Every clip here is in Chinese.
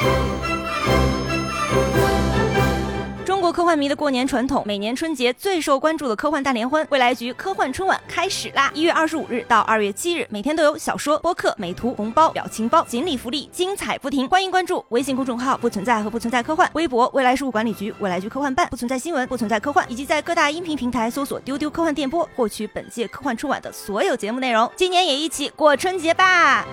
中国科幻迷的过年传统，每年春节最受关注的科幻大联欢——未来局科幻春晚开始啦！1月25日到2月7日，每天都有小说、播客、美图、红包、表情包、锦鲤福利，精彩不停。欢迎关注微信公众号“不存在”和“不存在科幻”，微博“未来事务管理局”、“未来局科幻办”、“不存在新闻”、“不存在科幻”，以及在各大音频平台搜索“丢丢科幻电波”，获取本届科幻春晚的所有节目内容。今年也一起过春节吧！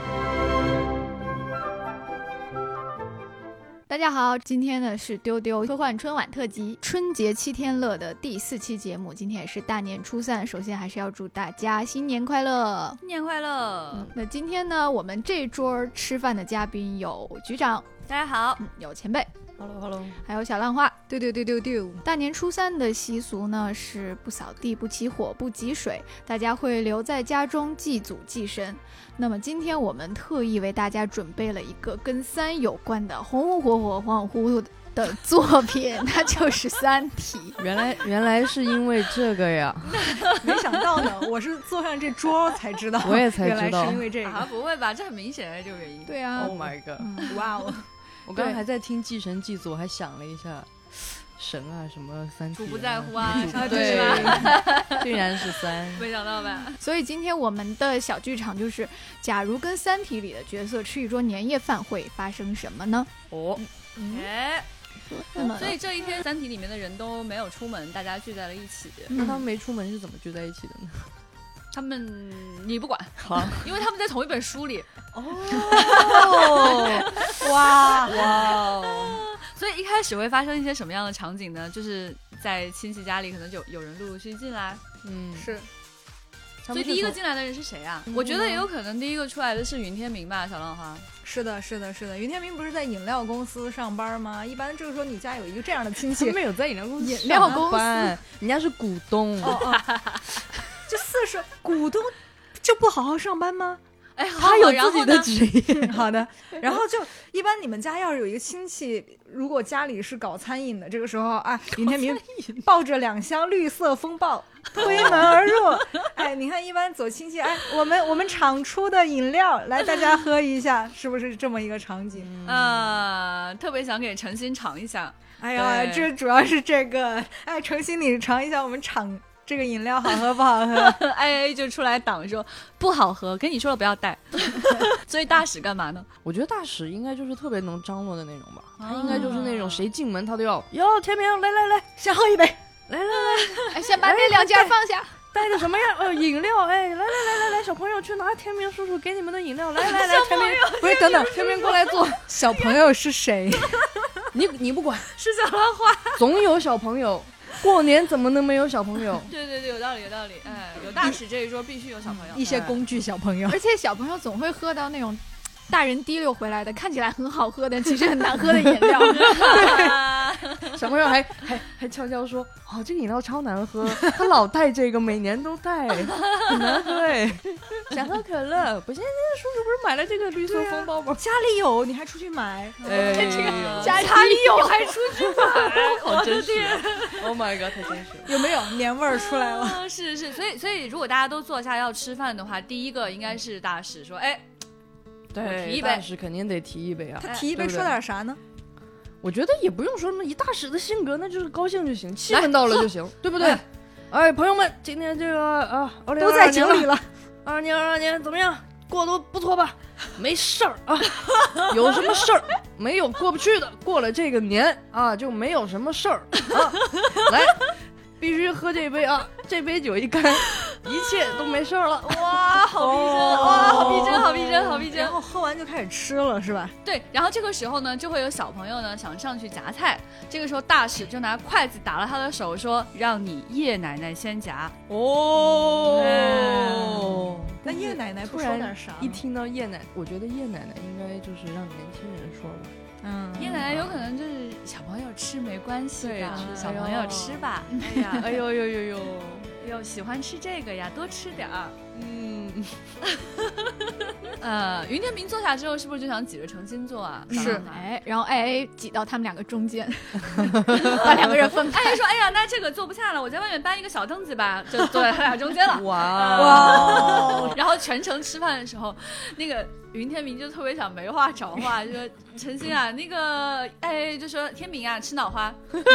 大家好，今天呢是丢丢科幻春晚特辑春节7天乐的第4期节目。今天也是大年初3，首先还是要祝大家新年快乐， 新年快乐。 那今天呢，我们这桌吃饭的嘉宾有局长， 大家好， 有前辈 ，Hello， 还有小浪花，丢。大年初3的习俗呢是不扫地、不起火、不积水，大家会留在家中祭祖祭神。那么今天我们特意为大家准备了一个跟3有关的红火火、恍恍惚惚的作品，那就是《三体》。 原来是因为这个呀， 没想到呢，我是坐上这桌才知道， 我也才知道， 原来是因为这个。 啊，不会吧？这很明显的这个原因。 对啊 ，Oh my god， 哇哦！ 我刚刚还在听祭神祭祖，我还想了一下，神啊，什么三体、 主不在乎啊， 对，竟然是3， 没想到吧？ 所以今天我们的小剧场就是，假如跟《三体》里的角色吃一桌年夜饭，会发生什么呢？ 那么，所以这一天《三体》里面的人都没有出门，大家聚在了一起。 那他们没出门是怎么聚在一起的呢？ 他们你不管，好，因为他们在同一本书里。 哇！ 所以一开始会发生一些什么样的场景呢？就是在亲戚家里，可能就有人陆陆续续进来。 是。 所以第一个进来的人是谁啊？我觉得也有可能第一个出来的是云天明吧，小浪花。 是的。云天明不是在饮料公司上班吗？一般这个时候你家有一个这样的亲戚， 没有在饮料公司饮料公司， 人家是股东。 这40股东就不好好上班吗？ 哎， 他有自己的职业。 好的，然后就一般你们家要是有一个亲戚，如果家里是搞餐饮的，这个时候啊，云天明抱着2箱绿色风暴推门而入。哎，你看一般走亲戚，哎，我们厂出的饮料，来大家喝一下，是不是这么一个场景？ 特别想给诚心尝一下。 哎呀，这主要是这个，哎，诚心你尝一下我们厂这个饮料好喝不好喝？ 哎，就出来挡说不好喝，跟你说了不要带。所以大使干嘛呢？ 我觉得大使应该就是特别能张罗的那种吧，他应该就是那种谁进门他都要天明来， 先喝一杯， 来， 哎，先把那2件放下。 带的什么呀？饮料，哎，来，小朋友去拿天明叔叔给你们的饮料，来，天明， 不是，等等， 天明过来坐。 小朋友是谁？ 你不管， 是小浪花， 总有小朋友。过年怎么能没有小朋友？ 对，有道理。哎，有大使这一桌必须有小朋友， 一些工具小朋友， 而且小朋友总会喝到那种大人滴溜回来的看起来很好喝的其实很难喝的饮料。 小朋友还悄悄说，这个饮料超难喝，他老带这个，每年都带，很难喝哎。想喝可乐，不是叔叔不是买了这个绿色风暴吗？ 家里有你还出去买？ 哎， 这个家里有还出去买， 好真实。Oh my god， 太真实了。 有没有年味儿出来了？ 是，所以如果大家都坐下要吃饭的话，第一个应该是大使说，哎， 对， 提一杯， 大使肯定得提一杯啊。 他提一杯说点啥呢？ 我觉得也不用说什么，以大使的性格，那就是高兴就行，气氛到了就行，对不对？哎，朋友们，今天这个都在井里了 ，22年怎么样？过得不错吧？没事儿啊，有什么事儿没有过不去的？过了这个年啊，就没有什么事儿啊。来，必须喝这杯啊！这杯酒一干，一切都没事了。 哇，好逼真！哇，好逼真！ 然后喝完就开始吃了，是吧？ 对，然后这个时候呢，就会有小朋友呢想上去夹菜，这个时候大使就拿筷子打了他的手，说：“让你叶奶奶先夹。” 那叶奶奶不说点啥？ 一听到叶奶，我觉得叶奶奶应该就是让年轻人说吧。 叶奶奶有可能就是小朋友吃没关系的，小朋友吃吧。哎呀， 哎呦， 喜欢吃这个呀，多吃点儿。云天明坐下之后，是不是就想挤着诚心坐啊？ 是，哎，然后ai挤到他们2个中间，把2个人分开。 ai说：“哎呀，那这个坐不下了，我在外面搬一个小凳子吧。”就坐在他俩中间了。 哇！ 然后全程吃饭的时候，那个云天明就特别想没话找话，就说陈星啊，那个就说天明啊，吃脑花。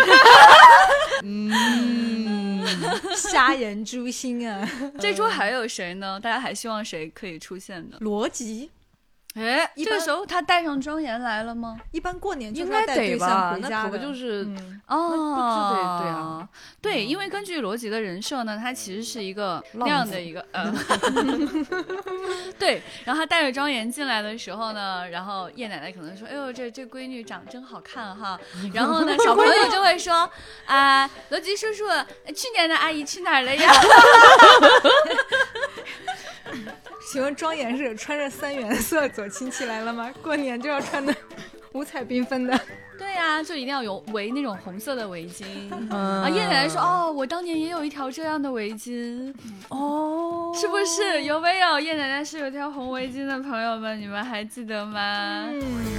瞎眼诛心啊！ 这桌还有谁呢？大家还希望谁可以出现呢？ 逻辑， 哎，这个时候他带上庄严来了吗？ 一般过年就应该是要带对得吧？ 象回那可不家的， 就是哦， 对啊， 对，因为根据罗辑的人设呢，他其实是一个那样的一个对。然后他带着庄严进来的时候呢，然后叶奶奶可能说：“哎呦，这闺女长真好看哈。”然后呢，小朋友就会说：“啊，罗辑叔叔，去年的阿姨去哪儿了呀？” 请问庄严是穿着3原色走亲戚来了吗？过年就要穿的五彩缤纷的。 对呀、就一定要有围那种红色的围巾。叶奶奶说：“哦，我当年也有一条这样的围巾。” 哦， 是不是？有没有？叶奶奶是有条红围巾的朋友们，你们还记得吗？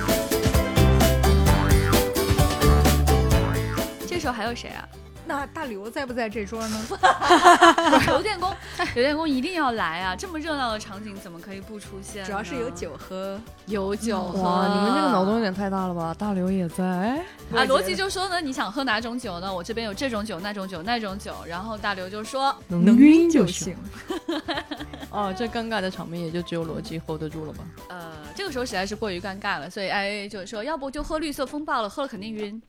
这时候还有谁啊？ 那大刘在不在这桌呢？ 刘电工，刘电工一定要来啊！这么热闹的场景，怎么可以不出现呢？ 主要是有酒喝。 有酒喝。 哇，你们这个脑洞有点太大了吧？大刘也在啊！罗辑就说呢，你想喝哪种酒呢？我这边有这种酒、那种酒、那种酒。然后大刘就说能晕就行。哦，这尴尬的场面也就只有罗辑 hold 得住了吧？ 这个时候实在是过于尴尬了，所以就是说，要不就喝绿色风暴了，喝了肯定晕。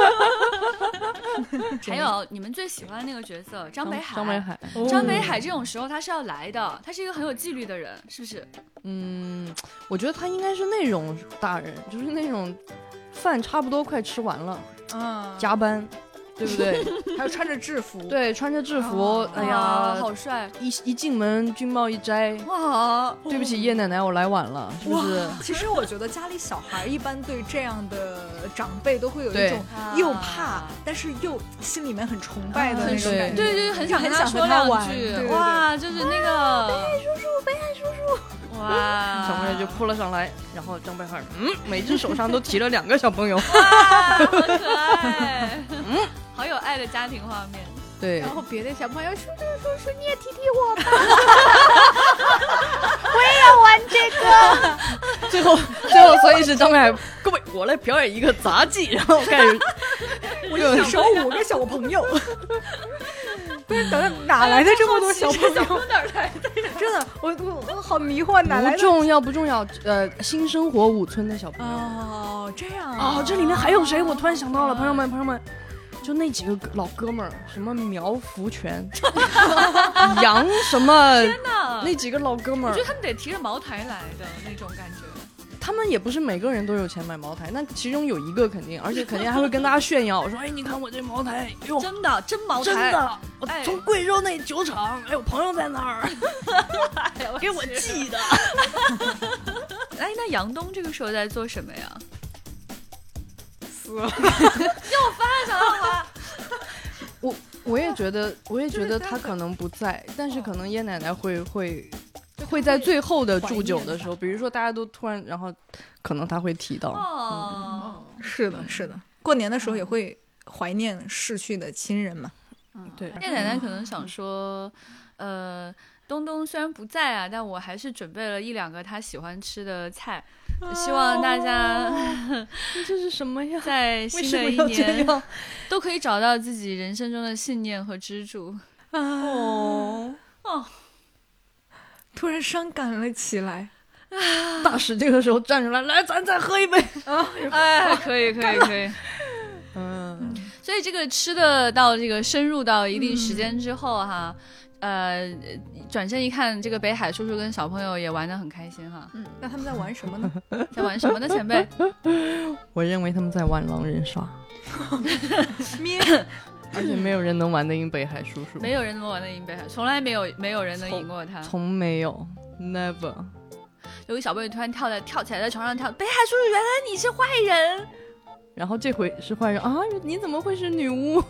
还有你们最喜欢的那个角色张北海。张北海这种时候他是要来的，他是一个很有纪律的人，是不是？ 我觉得他应该是那种大人，就是那种饭差不多快吃完了，加班，对不对？ 还有穿着制服， 对，穿着制服，哎呀， 好帅！ 一进门军帽一摘， 哇， 对不起叶奶奶，我来晚了，是不是？ 其实我觉得家里小孩一般对这样的长辈都会有一种又怕，但是又心里面很崇拜的那种感觉， 对对，很想跟他说两句，哇，就是那个北海叔叔，哇， 小朋友就扑了上来，然后张北海，每只手上都提了2个小朋友， 哇，好可爱，好有爱的家庭画面。 对， 然后别的小朋友叔叔你也踢踢我吧， 我也要玩这个。 最后，所以是张北海，各位，我来表演一个杂技，然后开始， 我有手5个小朋友。不是，等等，哪来的这么多小朋友？ 哪来的？ 真的，我好迷惑，哪来的？ 不重要，新生活5村的小朋友。 哦，这样啊！这里面还有谁？我突然想到了，朋友们。就那几个老哥们儿，什么苗福全、杨什么， 天哪， 那几个老哥们儿， 我觉得他们得提着茅台来的那种感觉。 他们也不是每个人都有钱买茅台，那其中有一个肯定，而且肯定还会跟大家炫耀，说：“哎，你看我这茅台，哟， 真的真茅台， 真的，我从贵州那酒厂，哎，我朋友在那儿，给我寄的。” 哎，那杨东这个时候在做什么呀？ 死了， 又翻小浪花。 我也觉得他可能不在，但是可能叶奶奶会在最后的祝酒的时候，比如说大家都突然，然后可能他会提到。 是的，过年的时候也会怀念逝去的亲人嘛。 对， 叶奶奶可能想说，东东虽然不在啊，但我还是准备了1、2个他喜欢吃的菜，希望大家这是什么呀？ 在新的一年都可以找到自己人生中的信念和支柱。 突然伤感了起来。 大使这个时候站出来，来，咱再喝一杯。 哎，可以。所以这个吃的到这个深入到一定时间之后哈，转身一看，这个北海叔叔跟小朋友也玩得很开心哈。 那他们在玩什么呢？ 在玩什么呢，前辈？ 我认为他们在玩狼人杀。而且没有人能玩得赢北海叔叔， 没有人能玩得赢北海，从来没有人能赢过他， 从没有 ，never。 有个小朋友突然跳起来，在床上跳，北海叔叔，原来你是坏人。 然后这回是坏人啊！你怎么会是女巫？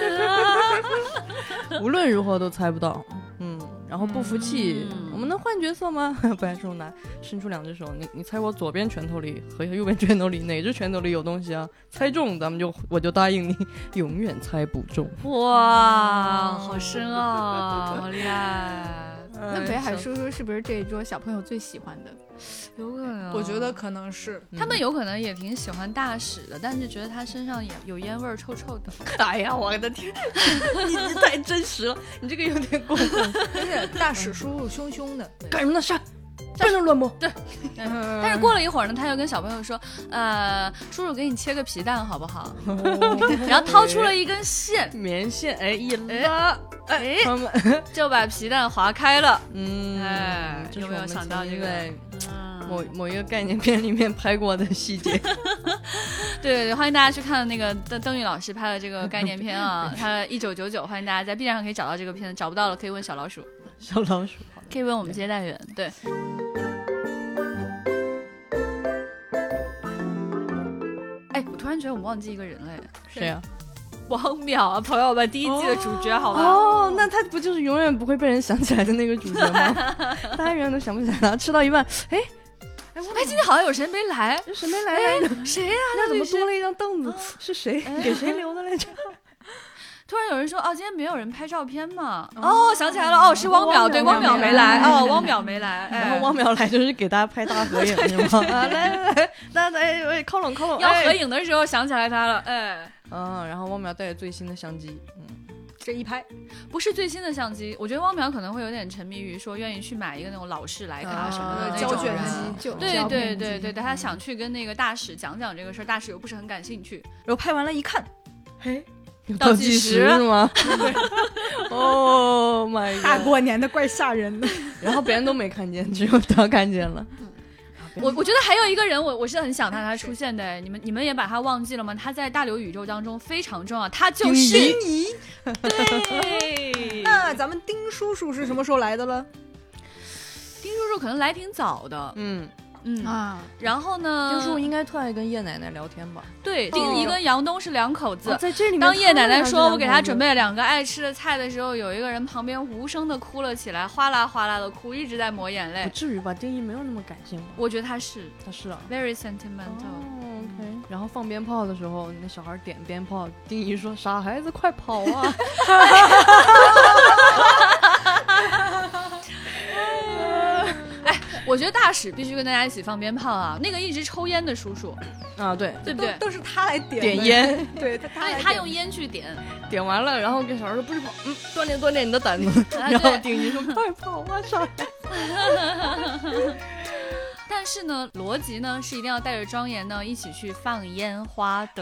无论如何都猜不到。然后不服气，我们能换角色吗？北海叔叔伸出2只手，你猜我左边拳头里和右边拳头里哪只拳头里有东西啊？猜中我就答应你，永远猜不中。 哇，好深奥，好厉害！ 那北海叔叔是不是这一桌小朋友最喜欢的？ 有可能， 我觉得可能是他们有可能也挺喜欢大使的，但是觉得他身上也有烟味儿，臭臭的。 哎呀，我的天，你太真实了，你这个有点过分。 而且大使叔叔凶凶的， 干什么呢？上，不能乱摸。 对，但是过了一会儿呢，他又跟小朋友说，叔叔给你切个皮蛋好不好？然后掏出了一根线， 棉线，哎，一拉，哎，他们就把皮蛋划开了。 这是有没有想到这个？ 某一个概念片里面拍过的细节。 对，欢迎大家去看那个邓玉老师拍的这个概念片啊，他1999，欢迎大家在 B 站上可以找到这个片子，找不到了可以问小老鼠， 小老鼠可以问我们接待员。对。哎，我突然觉得我们忘记一个人了。 谁啊？ 汪淼啊，朋友们，第一季的主角，好吧？ 哦，那他不就是永远不会被人想起来的那个主角吗？大家永远都想不起来他，吃到一半，哎， 今天好像有谁没来？ 谁没来呢？ 谁呀？ 那怎么多了一张凳子？是谁给谁留的来着？ 突然有人说，今天没有人拍照片嘛？想起来了，是汪淼，对，汪淼没来，汪淼没来， 然后汪淼来就是给大家拍大合影，是吗？来，大家哎，靠拢， 要合影的时候想起来他了， 然后汪淼带着最新的相机， 这一拍不是最新的相机，我觉得汪淼可能会有点沉迷于说愿意去买一个那种老式徕卡什么的那种胶卷机， 对，他想去跟那个大使讲这个事儿，大使又不是很感兴趣， 然后拍完了一看，嘿。 倒计时是吗？Oh my god！ 大过年的怪吓人的， 然后别人都没看见，只有他看见了。 我觉得还有一个人，我是很想他出现的，你们也把他忘记了吗？他在大刘宇宙当中非常重要，他就是丁仪。 对， 那咱们丁叔叔是什么时候来的了？ 丁叔叔可能来挺早的，然后呢， 丁叔叔应该特爱跟叶奶奶聊天吧？ 对，丁仪跟杨东是两口子。 在这里面， 当叶奶奶说我给他准备了2个爱吃的菜的时候，有一个人旁边无声的哭了起来，哗啦哗啦的哭，一直在抹眼泪。 不至于吧？丁仪没有那么感性吧？ 我觉得他是啊 ，very sentimental。 OK。然后放鞭炮的时候，那小孩点鞭炮，丁仪说：“傻孩子，快跑啊！” 我觉得大使必须跟大家一起放鞭炮啊！那个一直抽烟的叔叔啊，对不对？ 都是他来点烟， 对他用烟去点完了，然后跟小孩说：“不许跑，锻炼你的胆子。”然后丁仪说：“快跑啊，傻孩子！” 但是呢，罗辑呢是一定要带着庄严呢一起去放烟花的。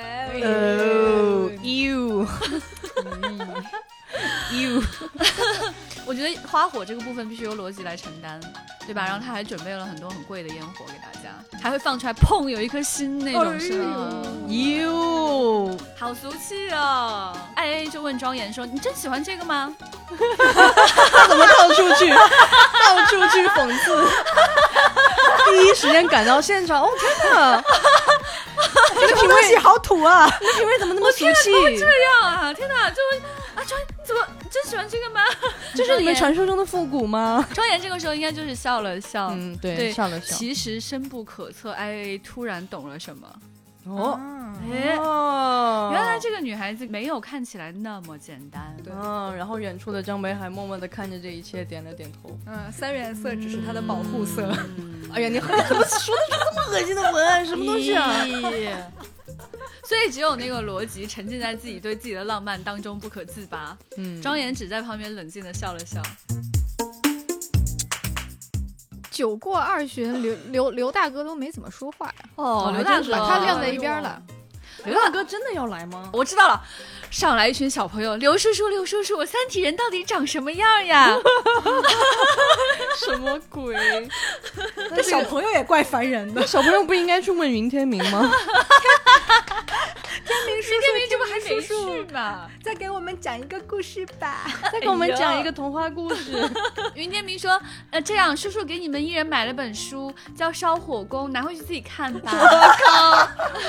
you 我觉得花火这个部分必须由罗辑来承担，对吧？然后他还准备了很多很贵的烟火给大家，还会放出来砰有一颗心那种声音。好俗气哦！哎，就问庄严说：“你真喜欢这个吗？” 他怎么到处去讽刺？第一时间赶到现场，天哪！ 这个东西好土啊！ 你的品味怎么那么俗气？ 怎么会这样啊！天哪，庄怎么真喜欢这个吗？ 这是你们传说中的复古吗？ 庄严这个时候应该就是笑了笑， 对，笑了笑。 其实深不可测，突然懂了什么。原来这个女孩子没有看起来那么简单。 然后远处的张北海默默地看着这一切，点了点头。 3原色只是他的保护色。 哎呀，你怎么说的是这么恶心的文案？什么东西啊？ 所以只有那个罗辑沉浸在自己对自己的浪漫当中不可自拔。庄严只在旁边冷静地笑了笑。 酒过2巡，刘大哥都没怎么说话呀。 刘大哥把他晾在一边了。 刘大哥真的要来吗？ 我知道了，上来一群小朋友，刘叔叔，三体人到底长什么样呀？ 什么鬼？ 这小朋友也怪烦人的。 小朋友不应该去问云天明吗？ 天明叔叔，这不还没去吗？ 再给我们讲一个故事吧。 再给我们讲一个童话故事。 云天明说：“这样，叔叔给你们一人买了本书，叫《烧火工》，拿回去自己看吧。” 我靠！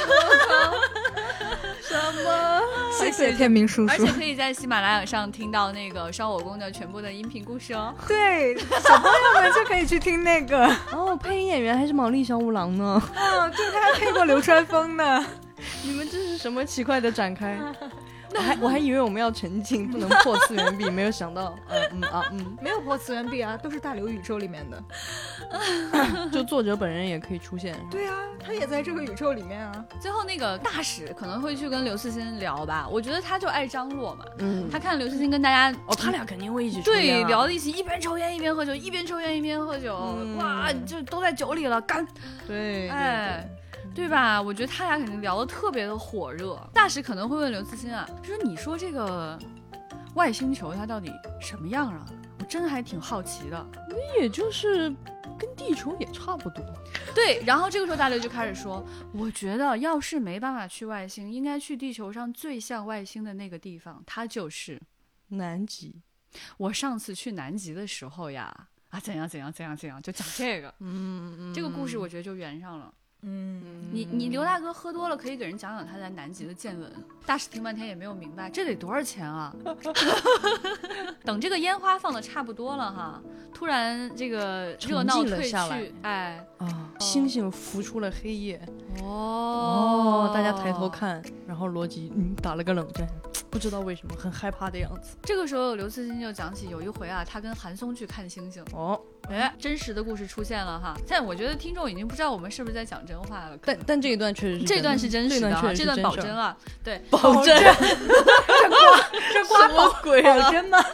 什么？ 谢谢天明叔叔。 而且可以在喜马拉雅上听到那个烧火工的全部的音频故事哦。 对，小朋友们就可以去听那个。 配音演员还是毛利小五郎呢。 对，他还配过流川枫呢。 你们这是什么奇怪的展开？ 我还以为我们要沉浸，不能破次元壁，没有想到， 没有破次元壁啊，都是大刘宇宙里面的。 就作者本人也可以出现。 对啊，他也在这个宇宙里面啊。 最后那个大使可能会去跟刘慈欣聊吧，我觉得他就爱张罗嘛，他看刘慈欣跟大家他俩肯定会一起抽烟对聊在一起，一边抽烟一边喝酒，一边抽烟一边喝酒，哇，就都在酒里了，干， 对， 哎。对吧？我觉得他俩肯定聊得特别的火热。大使可能会问刘慈欣啊，说你说这个外星球它到底什么样啊？我真还挺好奇的。 也就是跟地球也差不多。 对，然后这个时候大刘就开始说，我觉得要是没办法去外星，应该去地球上最像外星的那个地方，它就是南极。 我上次去南极的时候呀，怎样，就讲这个。这个故事我觉得就圆上了。你刘大哥喝多了可以给人讲讲他在南极的见闻。大使听半天也没有明白这得多少钱啊。等这个烟花放的差不多了哈，突然这个热闹退去， 星星浮出了黑夜。大家抬头看，然后罗辑打了个冷战，不知道为什么很害怕的样子。 这个时候刘慈欣就讲起有一回啊，他跟韩松去看星星。真实的故事出现了哈。现在我觉得听众已经不知道我们是不是在讲真话了， 但这一段确实是这段是真实的，这段保真了。对， 保真。 这瓜保鬼保真吗？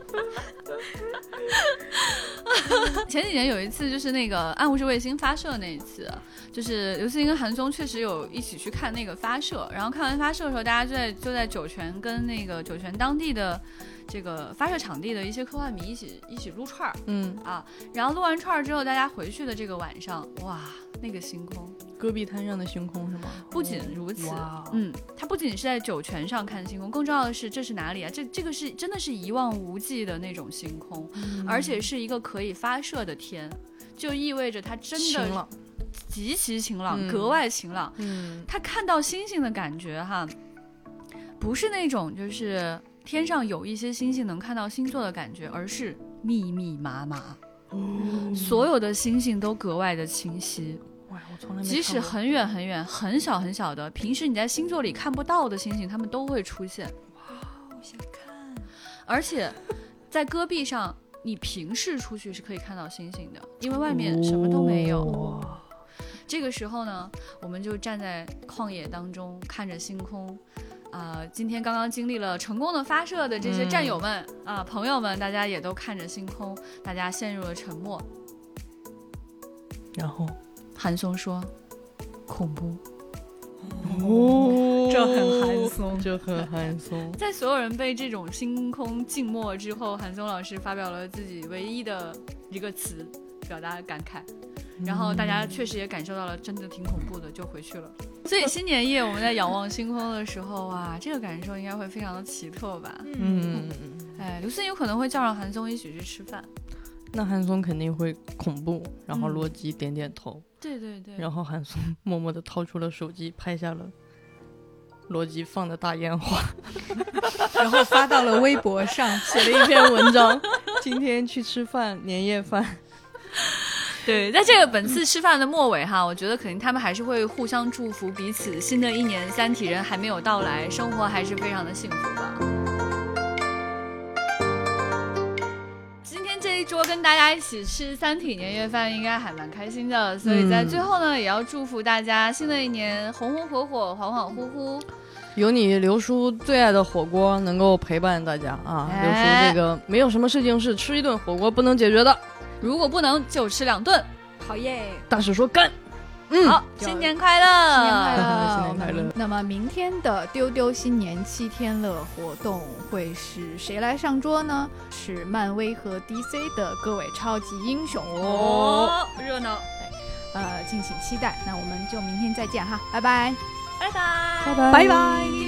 前几年有一次就是那个暗物质卫星发射那一次，就是刘慈欣跟韩松确实有一起去看那个发射，然后看完发射的时候，大家就在酒泉跟那个酒泉当地的这个发射场地的一些科幻迷一起撸串儿，然后撸完串儿之后，大家回去的这个晚上，哇，那个星空， 戈壁滩上的星空是吗？ 不仅如此，它不仅是在酒泉上看星空，更重要的是这是哪里啊？这个是真的是一望无际的那种星空，而且是一个可以发射的天，就意味着它真的极其晴朗，格外晴朗。他看到星星的感觉哈，不是那种就是天上有一些星星能看到星座的感觉，而是密密麻麻，所有的星星都格外的清晰。即使很远很远很小很小的平时你在星座里看不到的星星，它们都会出现。 我想看。 而且在戈壁上你平视出去是可以看到星星的，因为外面什么都没有。这个时候呢，我们就站在旷野当中看着星空。今天刚刚经历了成功的发射的这些战友们朋友们，大家也都看着星空，大家陷入了沉默。 然后韩松说恐怖。 这很韩松， 这很韩松。 在所有人被这种星空静默之后，韩松老师发表了自己唯一的一个词表达感慨，然后大家确实也感受到了真的挺恐怖的，就回去了。所以新年夜我们在仰望星空的时候这个感受应该会非常的奇特吧。刘慈欣有可能会叫上韩松一起去吃饭， 那韩松肯定会恐怖，然后罗辑点点头， 对对对， 然后韩松默默地掏出了手机，拍下了罗辑放的大烟花， 然后发到了微博上， 写了一篇文章。今天去吃饭，年夜饭。 对，在这个本次吃饭的末尾我觉得肯定他们还是会互相祝福彼此，新的一年三体人还没有到来，生活还是非常的幸福吧。今天这一桌跟大家一起吃三体年夜饭应该还蛮开心的，所以在最后呢，也要祝福大家新的一年红红火火，恍恍惚惚， 有你刘叔最爱的火锅能够陪伴大家刘叔这个没有什么事情是吃一顿火锅不能解决的， 如果不能就吃2顿。 好耶！ 大使说干。 好，新年快乐， 新年快乐， 新年快乐。 那么明天的丢丢新年7天乐活动会是谁来上桌呢？是漫威和 DC 的各位超级英雄热闹。 敬请期待。那我们就明天再见哈，拜拜， 拜拜， 拜拜， 拜拜。